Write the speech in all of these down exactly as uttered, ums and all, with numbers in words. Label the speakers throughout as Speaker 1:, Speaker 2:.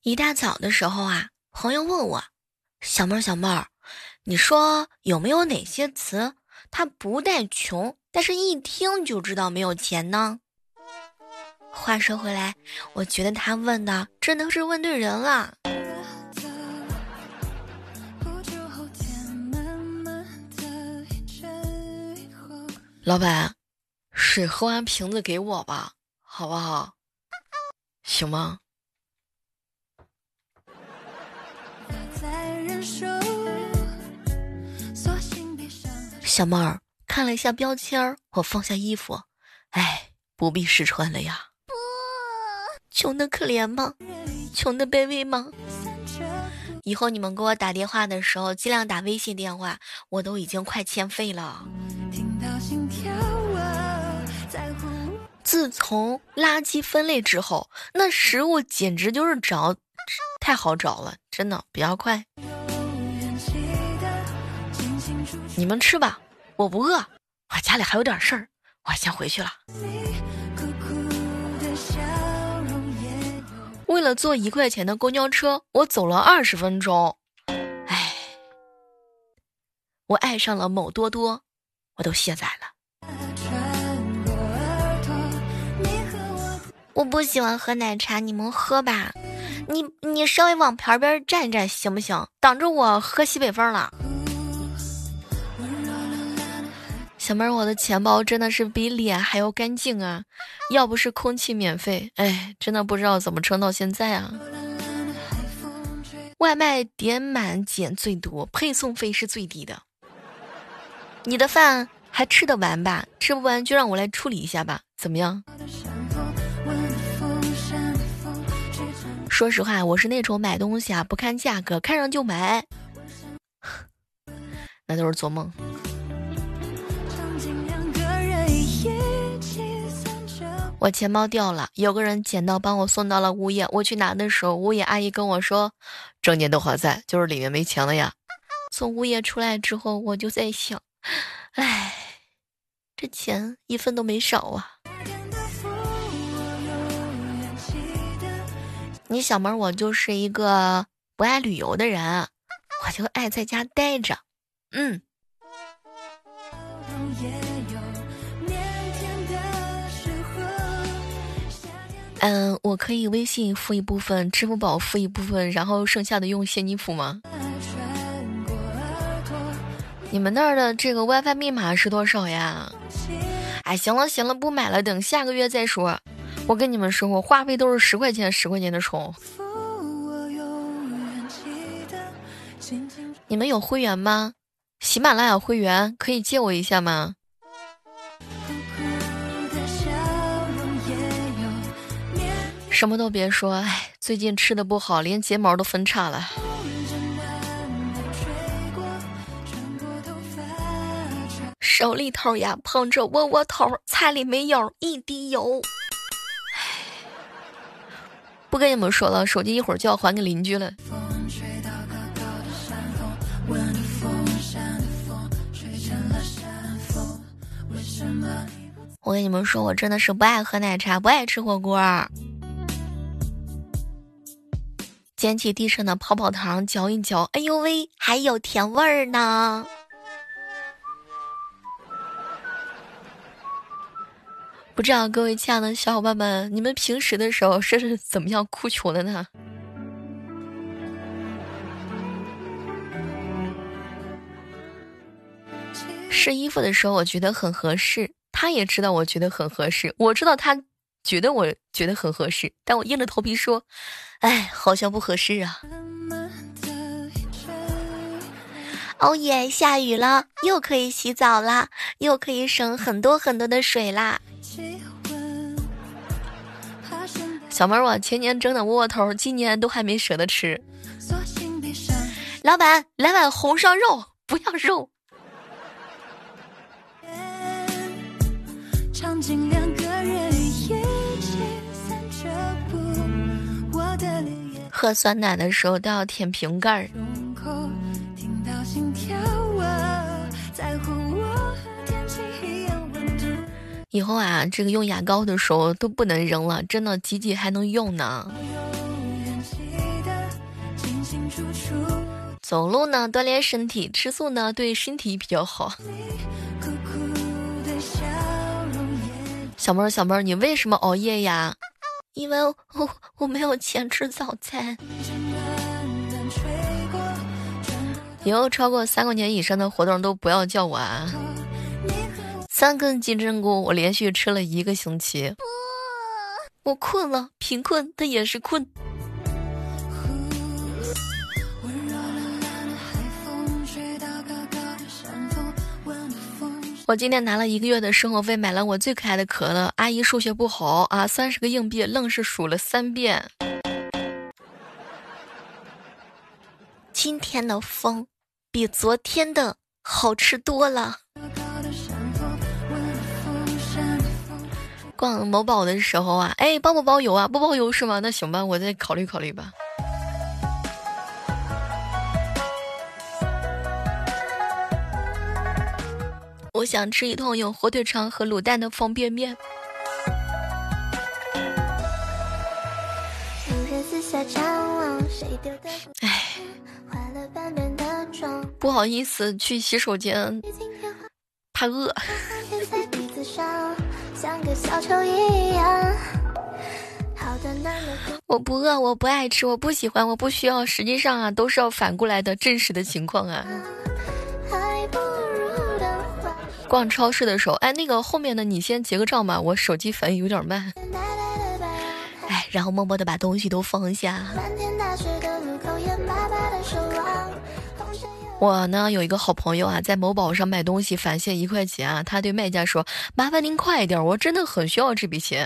Speaker 1: 一大早的时候啊，朋友问我，小妹儿小妹儿，你说有没有哪些词它不带穷，但是一听就知道没有钱呢？话说回来，我觉得他问的真的是问对人了。老板，水喝完瓶子给我吧，好不好？行吗？小妹儿看了一下标签儿，我放下衣服，哎，不必试穿了呀。穷的可怜吗？穷的卑微吗？以后你们给我打电话的时候，尽量打微信电话，我都已经快欠费了。自从垃圾分类之后，那食物简直就是找太好找了，真的比较快。你们吃吧，我不饿，我家里还有点事儿，我先回去了。为了坐一块钱的公交车，我走了二十分钟。唉，我爱上了某多多，我都卸载了。我不喜欢喝奶茶，你们喝吧。你你稍微往旁边站一站行不行？挡着我喝西北风了。小妹儿，我的钱包真的是比脸还要干净啊！要不是空气免费，哎，真的不知道怎么撑到现在啊！外卖点满减最多，配送费是最低的。你的饭还吃得完吧？吃不完就让我来处理一下吧，怎么样？说实话，我是那种买东西啊不看价格，看上就买，那都是做梦。我钱包掉了，有个人捡到帮我送到了物业，我去拿的时候，物业阿姨跟我说证件都还在，就是里面没钱了呀。从物业出来之后，我就在想，唉，这钱一分都没少啊。你小妹，我就是一个不爱旅游的人，我就爱在家待着。嗯。嗯，我可以微信付一部分，支付宝付一部分，然后剩下的用现金付吗？你们那儿的这个 WiFi 密码是多少呀？哎，行了行了，不买了，等下个月再说。我跟你们说，我话费都是十块钱十块钱的充。你们有会员吗？喜马拉雅会员可以借我一下吗？什么都别说，哎，最近吃的不好，连睫毛都分叉了。手里头呀捧着窝窝头，菜里没有一滴油。唉，不跟你们说了，手机一会儿就要还给邻居了。我跟你们说，我真的是不爱喝奶茶，不爱吃火锅。捡起地上的泡泡糖嚼一嚼，哎呦喂，还有甜味儿呢。不知道各位亲爱的小伙伴们，你们平时的时候是怎么样哭穷的呢？试衣服的时候我觉得很合适，他也知道我觉得很合适，我知道他觉得我觉得很合适，但我硬着头皮说，哎，好像不合适啊。哦耶，下雨了，又可以洗澡啦，又可以省很多很多的水啦。小妹儿，我前年蒸的窝窝头，今年都还没舍得吃。老板，来碗红烧肉，不要肉。喝酸奶的时候都要舔瓶盖。以后啊，这个用牙膏的时候都不能扔了，真的挤挤还能用呢。 走路呢锻炼身体，吃素呢对身体比较好。小妹儿小妹儿，你为什么熬夜呀？因为我我没有钱吃早餐。以后超过三块钱以上的活动都不要叫我啊！三根金针菇我连续吃了一个星期，我困了，贫困它也是困。我今天拿了一个月的生活费买了我最可爱的可乐，阿姨数学不好啊，三十个硬币愣是数了三遍。今天的风比昨天的好吃多了。逛某宝的时候啊，哎，包不包邮啊？不包邮是吗？那行吧，我再考虑考虑吧。我想吃一桶有火腿肠和卤蛋的方便面。哎，不好意思去洗手间，怕饿。我不饿，我不爱吃，我不喜欢，我不需要。实际上啊，都是要反过来的真实的情况啊。逛超市的时候，哎，那个后面的你先结个账吧，我手机反应有点慢。哎，然后默默的把东西都放下。我呢有一个好朋友啊，在某宝上买东西返现一块钱啊，他对卖家说：“麻烦您快一点，我真的很需要这笔钱。”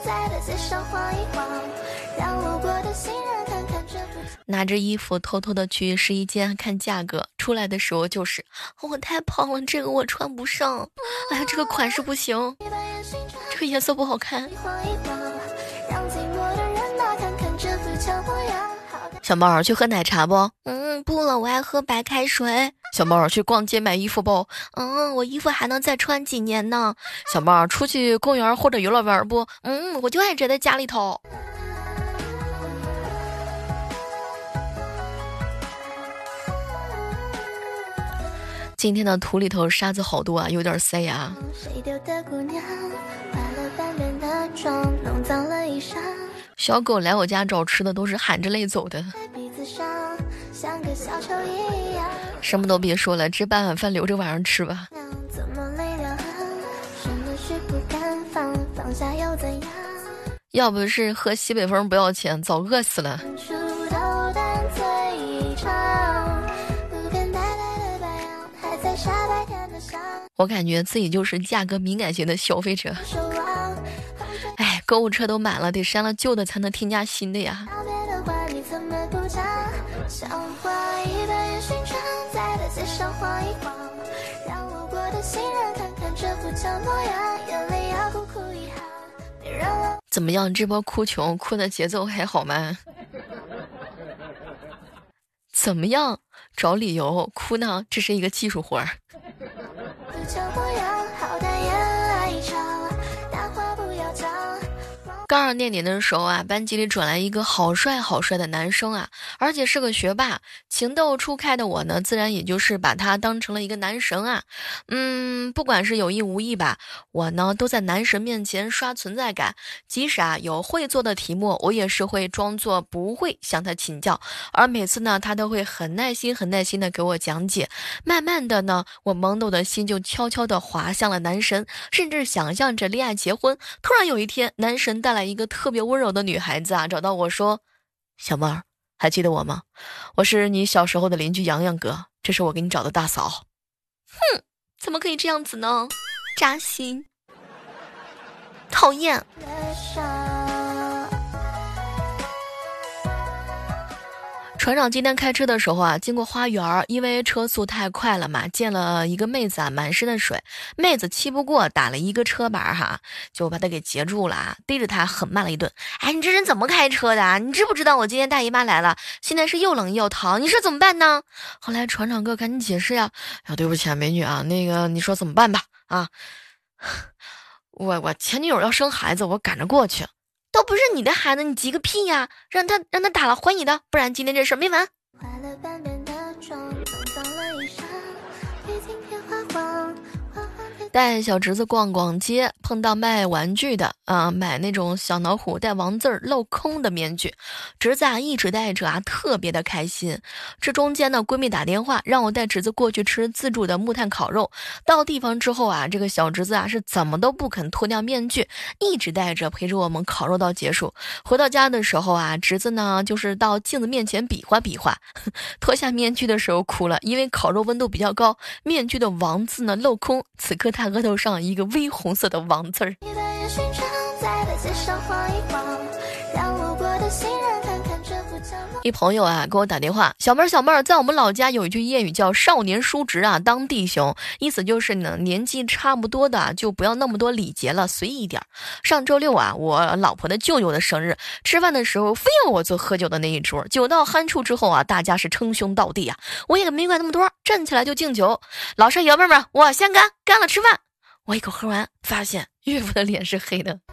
Speaker 1: 拿着衣服偷偷的去试衣间看价格，出来的时候就是我太胖了，这个我穿不上，哎呀，这个款式不行，这个颜色不好看。小猫儿去喝奶茶不？嗯，不了，我爱喝白开水。小猫儿去逛街买衣服不？嗯，我衣服还能再穿几年呢。小猫儿出去公园或者游乐园不？嗯，我就爱宅在家里头。今天的土里头沙子好多啊，有点塞啊。小狗来我家找吃的都是含着泪走的。什么都别说了，这半碗饭留着晚上吃吧。要不是喝西北风不要钱，早饿死了。我感觉自己就是价格敏感型的消费者。哎，购物车都满了，得删了旧的才能添加新的呀。怎么样，这波哭穷哭的节奏还好吗？怎么样，找理由哭呢？这是一个技术活儿。高二那年的时候啊，班级里转来一个好帅好帅的男生啊，而且是个学霸。情窦初开的我呢，自然也就是把他当成了一个男神啊。嗯，不管是有意无意吧，我呢都在男神面前刷存在感。即使啊有会做的题目，我也是会装作不会向他请教，而每次呢，他都会很耐心很耐心的给我讲解。慢慢的呢，我懵懂的心就悄悄的滑向了男神，甚至想象着恋爱结婚。突然有一天，男神带来一个特别温柔的女孩子啊，找到我说：“小妹儿，还记得我吗？我是你小时候的邻居洋洋哥，这是我给你找的大嫂。”哼，怎么可以这样子呢？扎心，讨厌。船长今天开车的时候啊，经过花园，因为车速太快了嘛，见了一个妹子啊，满身的水，妹子气不过，打了一个车板哈，就把他给截住了，逮着他狠骂了一顿。哎，你这人怎么开车的啊？你知不知道我今天大姨妈来了，现在是又冷又疼，你说怎么办呢？后来船长哥赶紧解释呀，啊，对不起啊，美女啊，那个你说怎么办吧？啊，我我前女友要生孩子，我赶着过去。都不是你的孩子，你急个屁呀！让他让他打了还你的，不然今天这事儿没完。 带小侄子逛逛街，碰到卖玩具的啊，买那种小老虎带王字儿镂空的面具，侄子啊一直带着啊，特别的开心。这中间呢，闺蜜打电话让我带侄子过去吃自助的木炭烤肉。到地方之后啊，这个小侄子啊是怎么都不肯脱掉面具，一直带着陪着我们烤肉到结束。回到家的时候啊，侄子呢就是到镜子面前比划比划，脱下面具的时候哭了，因为烤肉温度比较高，面具的王字呢镂空。此刻他额头上一个微红色的王字儿。一朋友啊给我打电话，小妹儿小妹儿，在我们老家有一句谚语叫少年叔侄啊当弟兄，意思就是呢年纪差不多的啊就不要那么多礼节了，随意一点。上周六啊我老婆的舅舅的生日，吃饭的时候非要我做喝酒的那一桌，酒到酣处之后啊大家是称兄道弟啊，我也没管那么多，站起来就敬酒。老少爷们们，我先干，干了吃饭。我一口喝完，发现岳父的脸是黑的。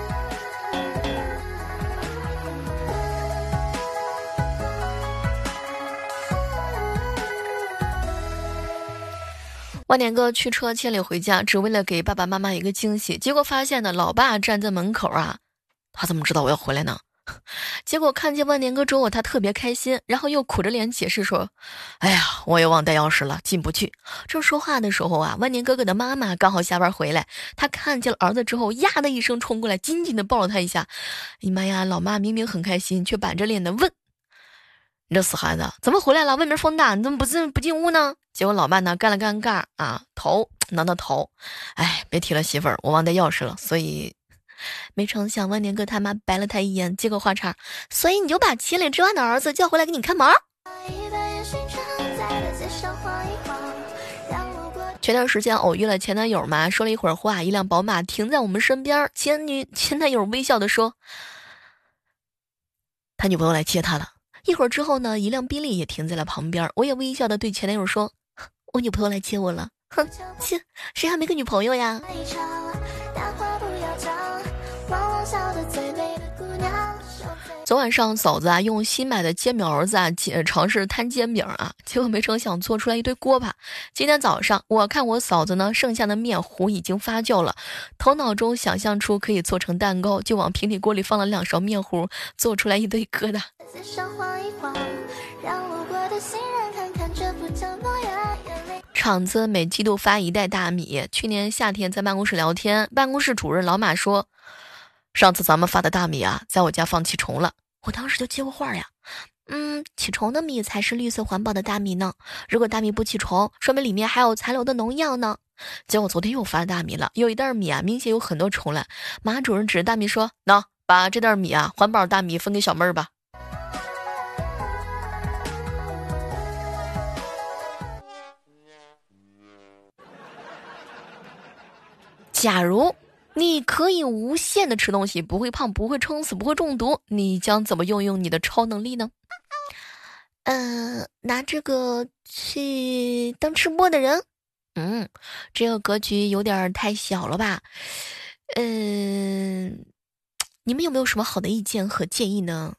Speaker 1: 万年哥驱车千里回家，只为了给爸爸妈妈一个惊喜，结果发现呢，老爸站在门口啊，他怎么知道我要回来呢？结果看见万年哥之后，他特别开心，然后又苦着脸解释说：“哎呀，我也忘带钥匙了，进不去。”正说话的时候啊，万年哥哥的妈妈刚好下班回来，他看见了儿子之后，呀的一声冲过来，紧紧的抱了他一下。哎妈呀，老妈明明很开心，却板着脸的问：“你这死孩子，怎么回来了？外面风大，你怎么不进不进屋呢？”结果老爸呢干了干盖啊，头挠挠头，哎，别提了媳妇儿，我忘带钥匙了，所以没成想万年哥他妈白了他一眼，接个话茬，所以你就把千里之外的儿子叫回来给你看毛。前段时间偶遇了前男友嘛，说了一会儿话，一辆宝马停在我们身边，前女前男友微笑的说，他女朋友来接他了。一会儿之后呢，一辆宾利也停在了旁边，我也微笑的对前男友说，我女朋友来接我了。哼，切，谁还没个女朋友呀？昨晚上嫂子啊用新买的煎饼儿子啊尝试摊煎饼啊，结果没成想做出来一堆锅巴。今天早上我看我嫂子呢剩下的面糊已经发酵了，头脑中想象出可以做成蛋糕，就往平底锅里放了两勺面糊，做出来一堆疙瘩。厂子每季度发一袋大米，去年夏天在办公室聊天，办公室主任老马说，上次咱们发的大米啊在我家放气虫了。我当时就接过话呀，嗯，起虫的米才是绿色环保的大米呢，如果大米不起虫，说明里面还有残留的农药呢。结果昨天又发大米了，有一袋米啊明显有很多虫了，马主任指着大米说，喏，把这袋米啊环保大米分给小妹儿吧。假如你可以无限的吃东西，不会胖，不会撑死，不会中毒，你将怎么运用你的超能力呢？呃，拿这个去当吃播的人？嗯，这个格局有点太小了吧？嗯、呃，你们有没有什么好的意见和建议呢？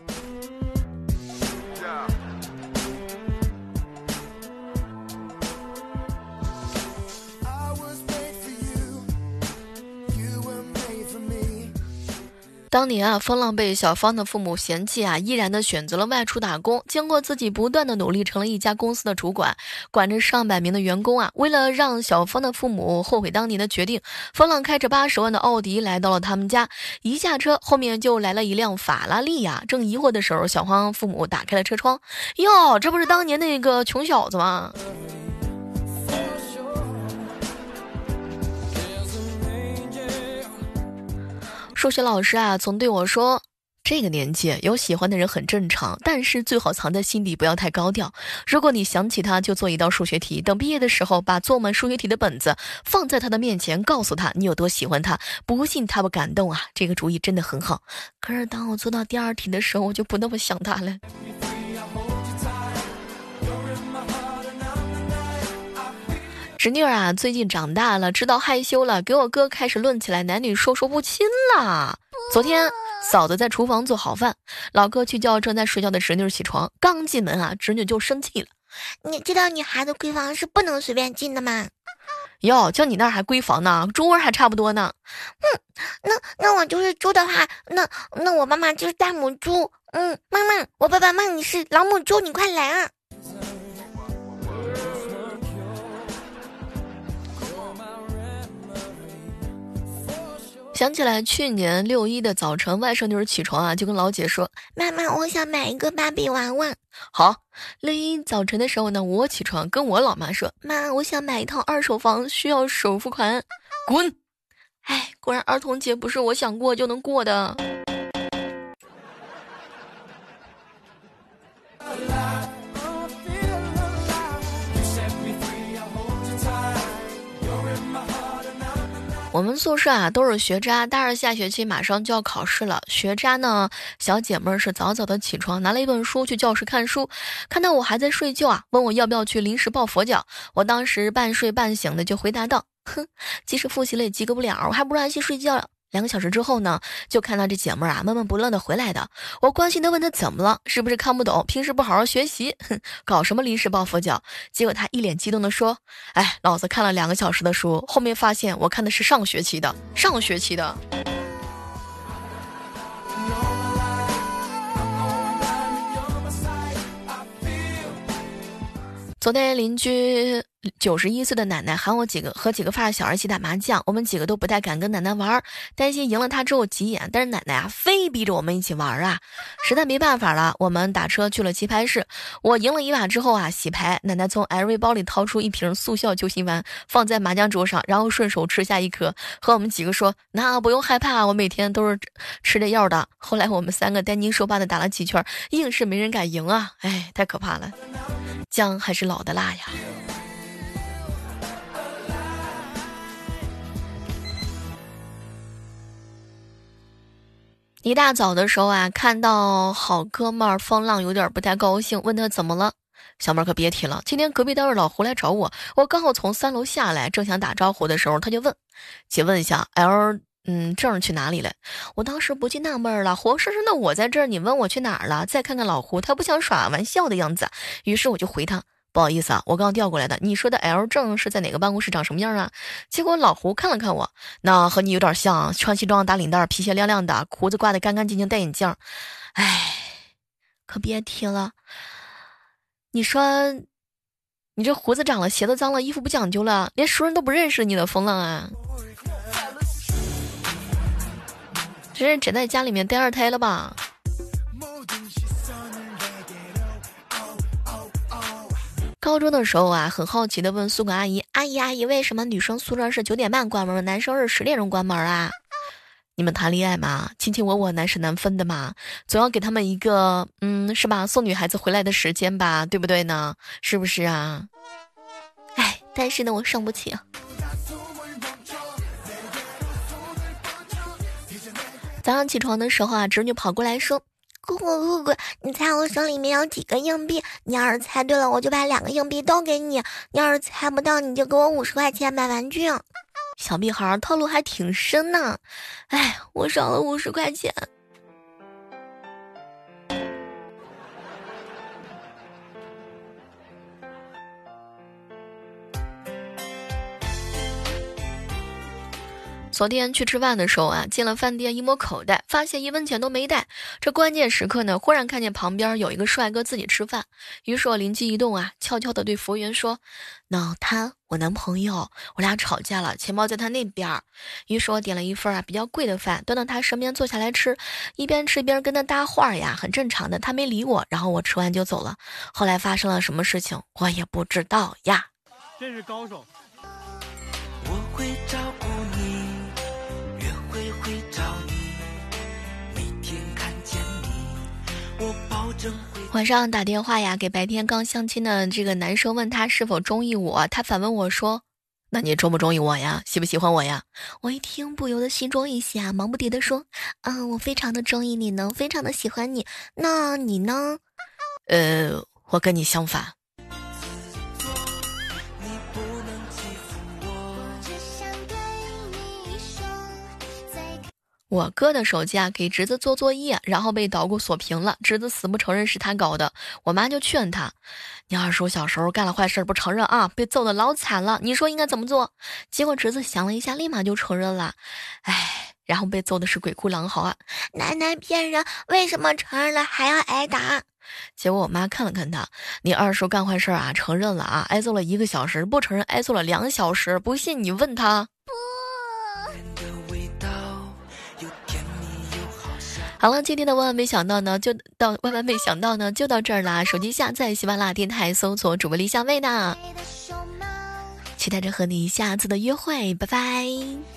Speaker 1: 当年啊，风浪被小芳的父母嫌弃啊，毅然的选择了外出打工。经过自己不断的努力，成了一家公司的主管，管着上百名的员工啊。为了让小芳的父母后悔当年的决定，风浪开着八十万的奥迪来到了他们家。一下车，后面就来了一辆法拉利呀。正疑惑的时候，小芳父母打开了车窗，哟，这不是当年那个穷小子吗？数学老师啊，曾对我说，这个年纪有喜欢的人很正常，但是最好藏在心底，不要太高调。如果你想起他，就做一道数学题，等毕业的时候把做满数学题的本子放在他的面前，告诉他你有多喜欢他，不信他不感动啊。这个主意真的很好。可是当我做到第二题的时候，我就不那么想他了。侄女儿啊，最近长大了，知道害羞了，给我哥开始论起来男女授受不亲了。昨天嫂子在厨房做好饭，老哥去叫正在睡觉的侄女起床，刚进门啊，侄女就生气了，你知道女孩子闺房是不能随便进的吗？ 哟，就你那儿还闺房呢，猪味还差不多呢。
Speaker 2: 嗯，那那我就是猪的话，那那我妈妈就是大母猪。嗯，妈妈，我爸爸骂你是老母猪，你快来啊！
Speaker 1: 想起来去年六一的早晨，外甥女儿起床啊，就跟老姐说：“
Speaker 2: 妈妈，我想买一个芭比娃娃。”
Speaker 1: 好，六一早晨的时候呢，我起床跟我老妈说：“
Speaker 2: 妈，我想买一套二手房，需要首付款。”
Speaker 1: 滚！
Speaker 2: 哎，果然儿童节不是我想过就能过的。
Speaker 1: 我们宿舍啊都是学渣，大二下学期马上就要考试了。学渣呢，小姐妹是早早的起床，拿了一本书去教室看书，看到我还在睡觉啊，问我要不要去临时抱佛脚。我当时半睡半醒的就回答道：“哼，即使复习了也及格不了，我还不如安心睡觉了。”两个小时之后呢，就看到这姐妹啊闷闷不乐的回来的。我关心的问她怎么了，是不是看不懂，平时不好好学习，哼，搞什么临时抱佛脚？结果她一脸激动的说：“哎，老子看了两个小时的书，后面发现我看的是上学期的，上学期的。”昨天邻居九十一岁的奶奶喊我几个和几个发小一起打麻将，我们几个都不太敢跟奶奶玩，担心赢了她之后急眼，但是奶奶啊非逼着我们一起玩啊，实在没办法了，我们打车去了棋牌室。我赢了一把之后啊，洗牌，奶奶从 L V 包里掏出一瓶速效救心丸，放在麻将桌上，然后顺手吃下一颗，和我们几个说：“那不用害怕，我每天都是吃这药的。”后来我们三个担惊受怕的打了几圈，硬是没人敢赢啊，哎，太可怕了。姜还是老的辣呀。一大早的时候啊，看到好哥们儿风浪有点不太高兴，问他怎么了。小妹可别提了，今天隔壁单位老胡来找我，我刚好从三楼下来，正想打招呼的时候，他就问：“姐问一下 L 嗯正去哪里了？”我当时不禁纳闷了，活生生的我在这儿，你问我去哪儿了？再看看老胡，他不像耍玩笑的样子，于是我就回他：“不好意思啊，我刚调过来的。你说的 L 正是在哪个办公室，长什么样啊？”结果老胡看了看我，那和你有点像，穿西装打领带，皮鞋亮亮的，胡子刮得干干净净，戴眼镜。哎，可别提了。你说，你这胡子长了，鞋子脏了，衣服不讲究了，连熟人都不认识你的风浪啊！真是只在家里面待二胎了吧？高中的时候啊，很好奇的问宿管阿姨：“阿姨阿姨，为什么女生宿舍是九点半关门，男生是十点钟关门啊？”你们谈恋爱嘛，卿卿我我，难舍难分的嘛，总要给他们一个嗯，是吧？送女孩子回来的时间吧，对不对呢？是不是啊？哎，但是呢，我伤不起啊。早上起床的时候啊，侄女跑过来说：“姑姑姑姑，你猜我手里面有几个硬币？你要是猜对了，我就把两个硬币都给你；你要是猜不到，你就给我五十块钱买玩具。”小屁孩套路还挺深呢，哎，我少了五十块钱。昨天去吃饭的时候啊，进了饭店一摸口袋，发现一分钱都没带。这关键时刻呢，忽然看见旁边有一个帅哥自己吃饭，于是我灵机一动啊，悄悄地对服务员说：“那他我男朋友，我俩吵架了，钱包在他那边。”于是我点了一份啊比较贵的饭，端到他身边坐下来吃，一边吃一边跟他搭话呀，很正常的。他没理我，然后我吃完就走了。后来发生了什么事情，我也不知道呀。
Speaker 3: 这是高手。
Speaker 4: 我会照顾你。会找你，每天看见你，我保证会。
Speaker 1: 晚上打电话呀，给白天刚相亲的这个男生，问他是否中意我，他反问我说：“那你中不中意我呀？喜不喜欢我呀？”我一听不由得心中一喜啊，忙不迭的说：“嗯，我非常的中意你呢，非常的喜欢你。那你呢？”呃，我跟你相反。 我哥的手机啊给侄子做作业，然后被捣鼓锁屏了，侄子死不承认是他搞的，我妈就劝他，你二叔小时候干了坏事不承认啊，被揍得老惨了，你说应该怎么做？结果侄子想了一下，立马就承认了，唉，然后被揍的是鬼哭狼嚎啊，
Speaker 2: 奶奶骗人，为什么承认了还要挨打？
Speaker 1: 结果我妈看了看他，你二叔干坏事啊，承认了啊，挨揍了一个小时，不承认挨揍了两小时，不信你问他。好了，今天的万万没想到呢，就到万万没想到呢，就到这儿啦。手机下载喜马拉雅电台，搜索主播李小妹呢，期待着和你下次的约会，拜拜。